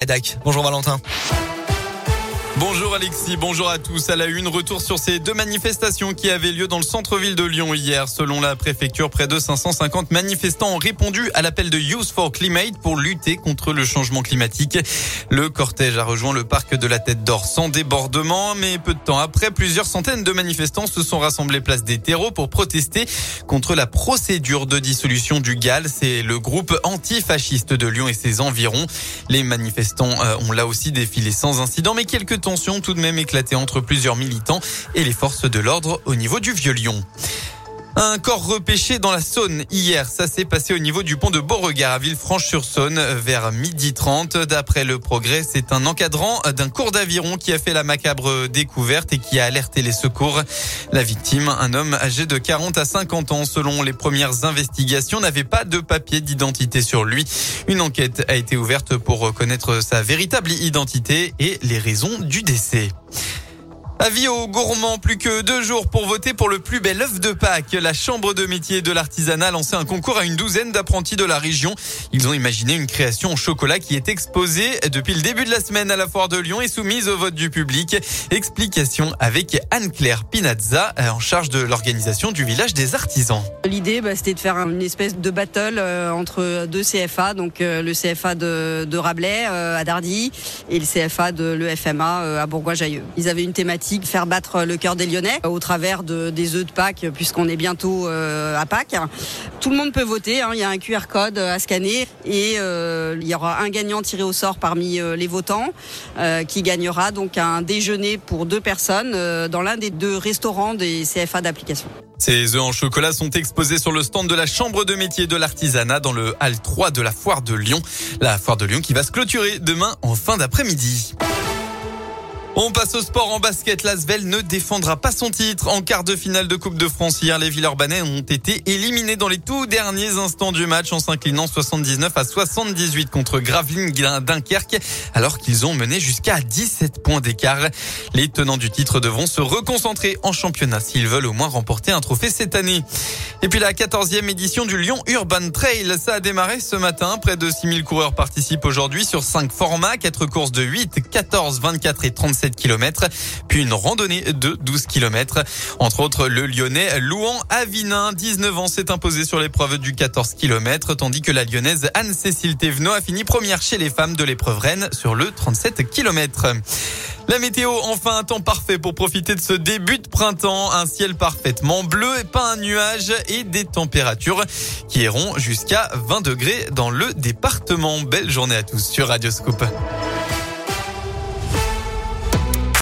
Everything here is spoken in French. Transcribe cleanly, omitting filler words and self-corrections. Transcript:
rédac. Bonjour Valentin. Bonjour Alexis, bonjour à tous. À la une, retour sur ces deux manifestations qui avaient lieu dans le centre-ville de Lyon hier. Selon la préfecture, près de 550 manifestants ont répondu à l'appel de Youth for Climate pour lutter contre le changement climatique. Le cortège a rejoint le parc de la Tête d'Or sans débordement, mais peu de temps après, plusieurs centaines de manifestants se sont rassemblés place des terreaux pour protester contre la procédure de dissolution du GAL. C'est le groupe antifasciste de Lyon et ses environs. Les manifestants ont là aussi défilé sans incident, mais quelques tensions tout de même éclatées entre plusieurs militants et les forces de l'ordre au niveau du Vieux-Lyon. Un corps repêché dans la Saône hier. Ça s'est passé au niveau du pont de Beauregard à Villefranche-sur-Saône vers 12h30. D'après le Progrès, c'est un encadrant d'un cours d'aviron qui a fait la macabre découverte et qui a alerté les secours. La victime, un homme âgé de 40 à 50 ans, selon les premières investigations, n'avait pas de papier d'identité sur lui. Une enquête a été ouverte pour connaître sa véritable identité et les raisons du décès. Avis aux gourmands, plus que 2 jours pour voter pour le plus bel œuf de Pâques. La Chambre de métier et de l'artisanat a lancé un concours à une douzaine d'apprentis de la région. Ils ont imaginé une création en chocolat qui est exposée depuis le début de la semaine à la foire de Lyon et soumise au vote du public. Explication avec Anne-Claire Pinazza, en charge de l'organisation du village des artisans. L'idée, c'était de faire une espèce de battle entre deux CFA, donc le CFA de Rabelais à Dardy et le CFA de l'EFMA à Bourgoin-Jallieu. Ils avaient une thématique, faire battre le cœur des Lyonnais au travers des œufs de Pâques, puisqu'on est bientôt à Pâques. Tout le monde peut voter, il y a un QR code à scanner et il y aura un gagnant tiré au sort parmi les votants qui gagnera donc un déjeuner pour 2 personnes dans l'un des 2 restaurants des CFA d'application. Ces œufs en chocolat sont exposés sur le stand de la Chambre de métier de l'artisanat dans le hall 3 de la foire de Lyon. La foire de Lyon qui va se clôturer demain en fin d'après-midi. On passe au sport en basket. L'Asvel ne défendra pas son titre. En quart de finale de Coupe de France hier, les Villeurbanais ont été éliminés dans les tout derniers instants du match en s'inclinant 79 à 78 contre Gravelines Dunkerque, alors qu'ils ont mené jusqu'à 17 points d'écart. Les tenants du titre devront se reconcentrer en championnat s'ils veulent au moins remporter un trophée cette année. Et puis la 14e édition du Lyon Urban Trail, ça a démarré ce matin. Près de 6000 coureurs participent aujourd'hui sur 5 formats, 4 courses de 8, 14, 24 et 37 km, puis une randonnée de 12 km. Entre autres, le Lyonnais Louan Avinin, 19 ans, s'est imposé sur l'épreuve du 14 km, tandis que la Lyonnaise Anne-Cécile Thévenot a fini première chez les femmes de l'épreuve reine sur le 37 km. La météo, enfin un temps parfait pour profiter de ce début de printemps. Un ciel parfaitement bleu et pas un nuage et des températures qui iront jusqu'à 20 degrés dans le département. Belle journée à tous sur Radio Scoop.